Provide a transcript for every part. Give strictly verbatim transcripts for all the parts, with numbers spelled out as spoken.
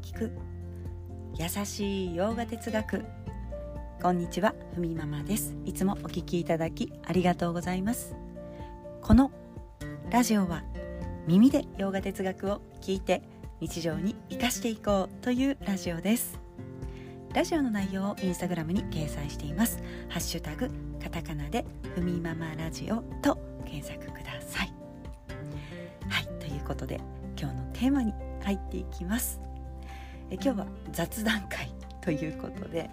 聞く優しい洋画哲学。こんにちは、ふみママです。いつもお聞きいただきありがとうございます。このラジオは耳で洋画哲学を聞いて日常に生かしていこうというラジオです。ラジオの内容をインスタグラムに掲載しています。ハッシュタグカタカナでふみママラジオと検索ください。はい、ということで今日のテーマに入っていきます。え今日は雑談会ということで、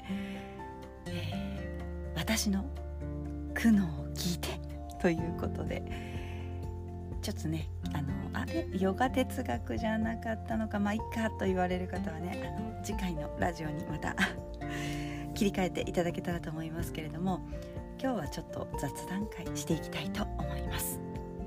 えー、私の苦悩を聞いてということで、ちょっとねあのあれヨガ哲学じゃなかったのかまあいいかと言われる方はね、あの次回のラジオにまた切り替えていただけたらと思いますけれども、今日はちょっと雑談会していきたいと思います。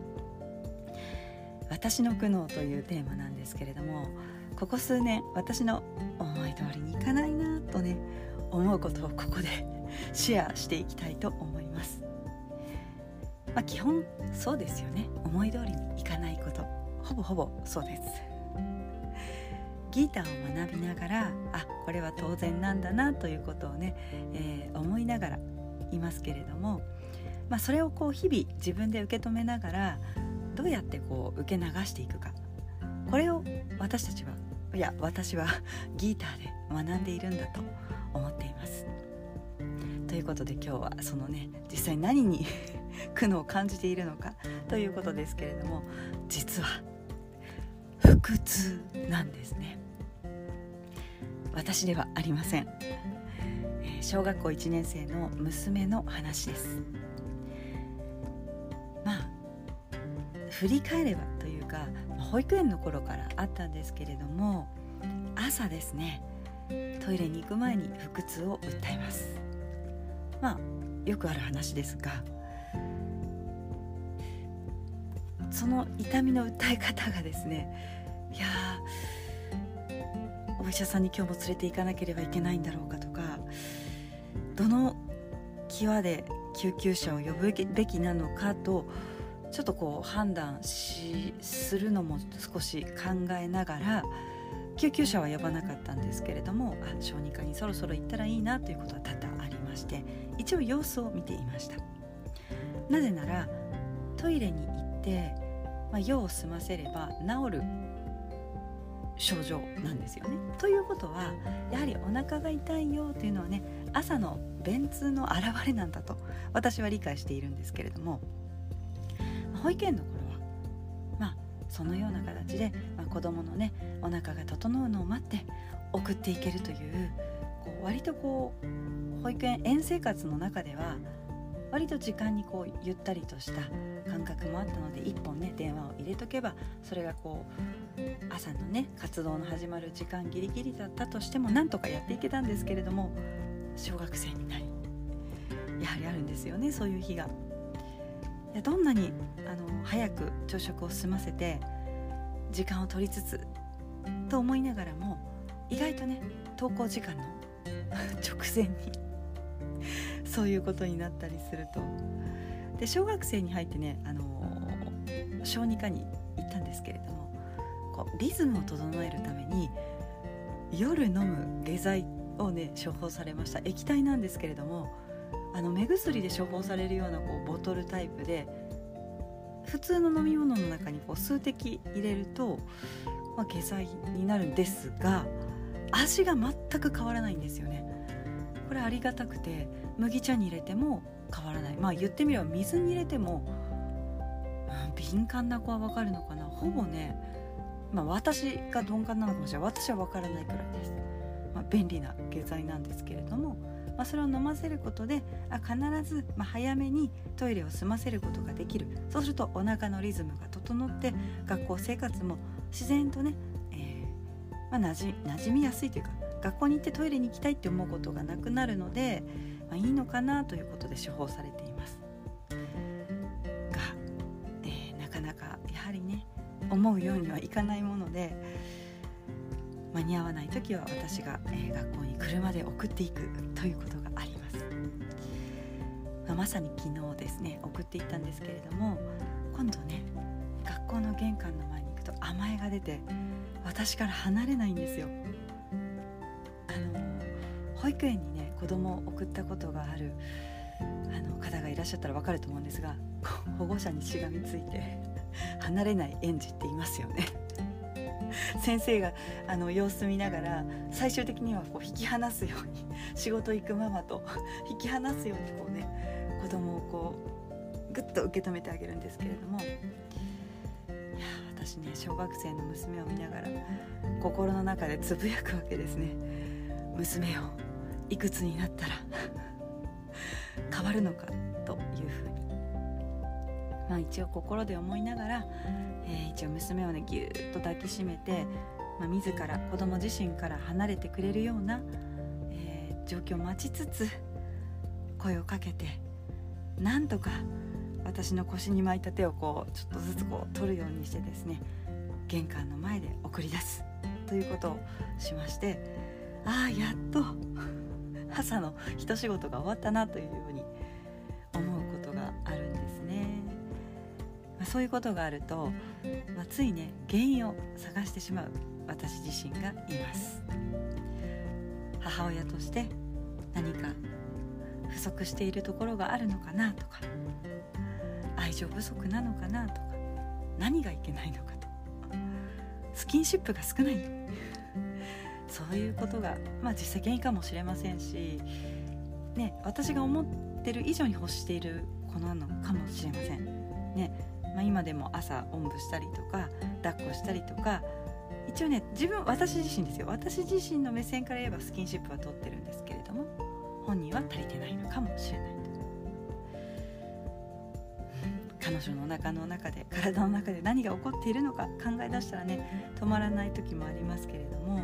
私の苦悩というテーマなんですけれども、ここ数年私の思い通りにいかないなとね思うことをここでシェアしていきたいと思います。まあ、基本そうですよね。思い通りにいかないこと、ほぼほぼそうです。ギターを学びながら、あ、これは当然なんだなということをね、えー、思いながらいますけれども、まあ、それをこう日々自分で受け止めながらどうやってこう受け流していくか、これを私たちはいや私はギターで学んでいるんだと思っています。ということで今日はそのね実際何に苦悩を感じているのかということですけれども、実は腹痛なんですね。私ではありません。小学校いちねん生の娘の話です。まあ振り返ればというか、保育園の頃からあったんですけれども、朝ですねトイレに行く前に腹痛を訴えます。まあよくある話ですが、その痛みの訴え方がですね、いやお医者さんに今日も連れて行かなければいけないんだろうかとか、どの際で救急車を呼ぶべきなのかとちょっとこう判断しするのも少し考えながら、救急車は呼ばなかったんですけれども、あ小児科にそろそろ行ったらいいなということは多々ありまして、一応様子を見ていました。なぜならトイレに行って、まあ、用を済ませれば治る症状なんですよね。ということはやはりお腹が痛いよというのはね、朝の便通の表れなんだと私は理解しているんですけれども、保育園の頃はまあそのような形で、まあ、子供のねお腹が整うのを待って送っていけるという、こう割とこう保育園園生活の中では割と時間にこうゆったりとした感覚もあったので、一本ね電話を入れとけばそれがこう朝のね活動の始まる時間ギリギリだったとしてもなんとかやっていけたんですけれども、小学生になりやはりあるんですよね、そういう日が。いやどんなにあの早く朝食を済ませて時間を取りつつと思いながらも、意外とね登校時間の直前にそういうことになったりすると、で小学生に入ってね、あのー、小児科に行ったんですけれども、こうリズムを整えるために夜飲む下剤をね処方されました。液体なんですけれども、あの目薬で処方されるようなこうボトルタイプで、普通の飲み物の中にこう数滴入れると、まあ、下剤になるんですが、味が全く変わらないんですよね。これありがたくて、麦茶に入れても変わらない。まあ言ってみれば水に入れても、うん、敏感な子は分かるのかな、ほぼね、まあ私が鈍感なのかもしれない、私は分からないくらいです。まあ、便利な下剤なんですけれども、まあ、それを飲ませることであ必ず、まあ、早めにトイレを済ませることができる。そうするとお腹のリズムが整って学校生活も自然とね、えーまあ、なじ、なじみやすいというか、学校に行ってトイレに行きたいって思うことがなくなるので、まあ、いいのかなということで処方されていますが、えー、なかなかやはりね思うようにはいかないもので、間に合わないときは私が、えー、学校に車で送っていくということがあります。まあ、まさに昨日ですね送っていったんですけれども、今度ね学校の玄関の前に行くと甘えが出て私から離れないんですよ。 あの保育園にね子供を送ったことがあるあの方がいらっしゃったら分かると思うんですが、保護者にしがみついて離れない園児っていますよね。先生があの様子見ながら最終的にはこう引き離すように仕事行くママと引き離すようにこうね子供をこうぐっと受け止めてあげるんですけれども、いや私ね小学生の娘を見ながら心の中でつぶやくわけですね。娘よ、いくつになったら変わるのかというふうに、まあ、一応心で思いながら、えー、一応娘をねぎゅーっと抱きしめて、まあ、自ら子供自身から離れてくれるような、えー、状況を待ちつつ声をかけて、なんとか私の腰に巻いた手をこうちょっとずつこう取るようにしてですね、玄関の前で送り出すということをしまして、ああやっと朝の一仕事が終わったなというように思うことがあるんですね。まあ、そういうことがあると、まあ、ついね原因を探してしまう私自身がいます。母親として何か不足しているところがあるのかなとか、愛情不足なのかなとか、何がいけないのかと、スキンシップが少ないそういうことが、まあ、実際原因かもしれませんし、ね、私が思ってる以上に欲している子なのかもしれません、ねまあ、今でも朝おんぶしたりとか抱っこしたりとか、一応ね自分私自身ですよ私自身の目線から言えばスキンシップは取ってるんですけれども、本人は足りてないのかもしれないと。彼女の中の中で体の中で何が起こっているのか考え出したらね止まらない時もありますけれども、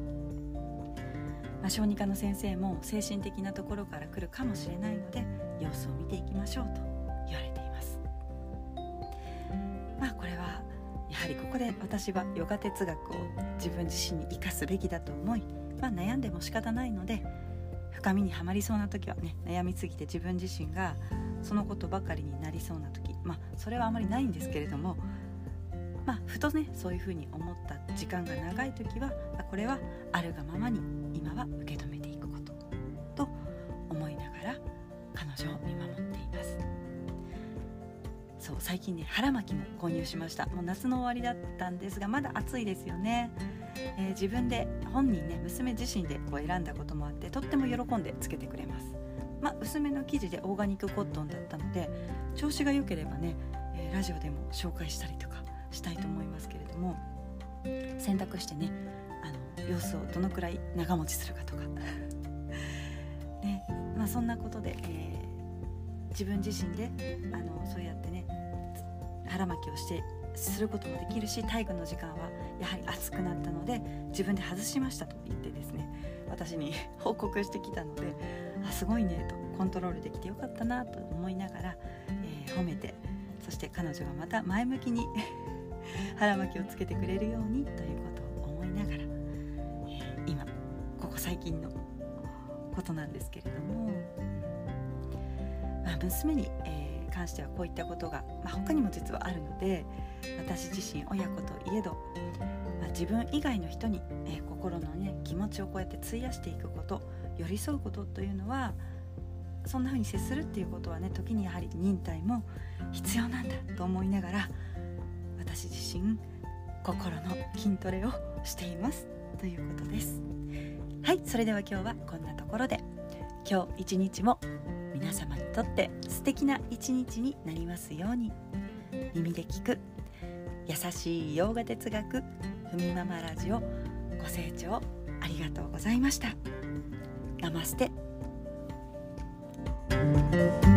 まあ、小児科の先生も精神的なところから来るかもしれないので様子を見ていきましょうと言われています。まあこれはやはりここで私はヨガ哲学を自分自身に生かすべきだと思い、まあ、悩んでも仕方ないので、深みにはまりそうな時はね悩みすぎて自分自身がそのことばかりになりそうな時、まあそれはあまりないんですけれども、まあふとねそういうふうに思った時間が長い時は、これはあるがままに今は受け止めていくことと思いながら彼女を見守っています。そう最近ね腹巻きも購入しました。もう夏の終わりだったんですがまだ暑いですよね。えー、自分で本人ね娘自身でこう選んだこともあってとっても喜んでつけてくれます。まあ、薄めの生地でオーガニックコットンだったので調子が良ければね、えー、ラジオでも紹介したりとかしたいと思いますけれども、洗濯してねあの様子をどのくらい長持ちするかとかね、まあ、そんなことで、えー、自分自身であのそうやってね腹巻きをしてすることもできるし、体育の時間はやはり暑くなったので自分で外しましたと言ってですね私に報告してきたので、あすごいねとコントロールできてよかったなと思いながら、えー、褒めて、そして彼女がまた前向きに腹巻きをつけてくれるようにということを思いながら、えー、今ここ最近のことなんですけれども、まあ、娘に、えー、関してはこういったことが、まあ、他にも実はあるので、私自身親子といえど、まあ、自分以外の人に、えー、心のね気持ちをこうやって費やしていくこと、寄り添うことというのは、そんな風に接するっていうことはね時にやはり忍耐も必要なんだと思いながら、私自身心の筋トレをしていますということです。はい、それでは今日はこんなところで、今日一日も皆様にとって素敵な一日になりますように。耳で聞く優しい洋画哲学ふみママラジオ、ご清聴ありがとうございました。ナマステ。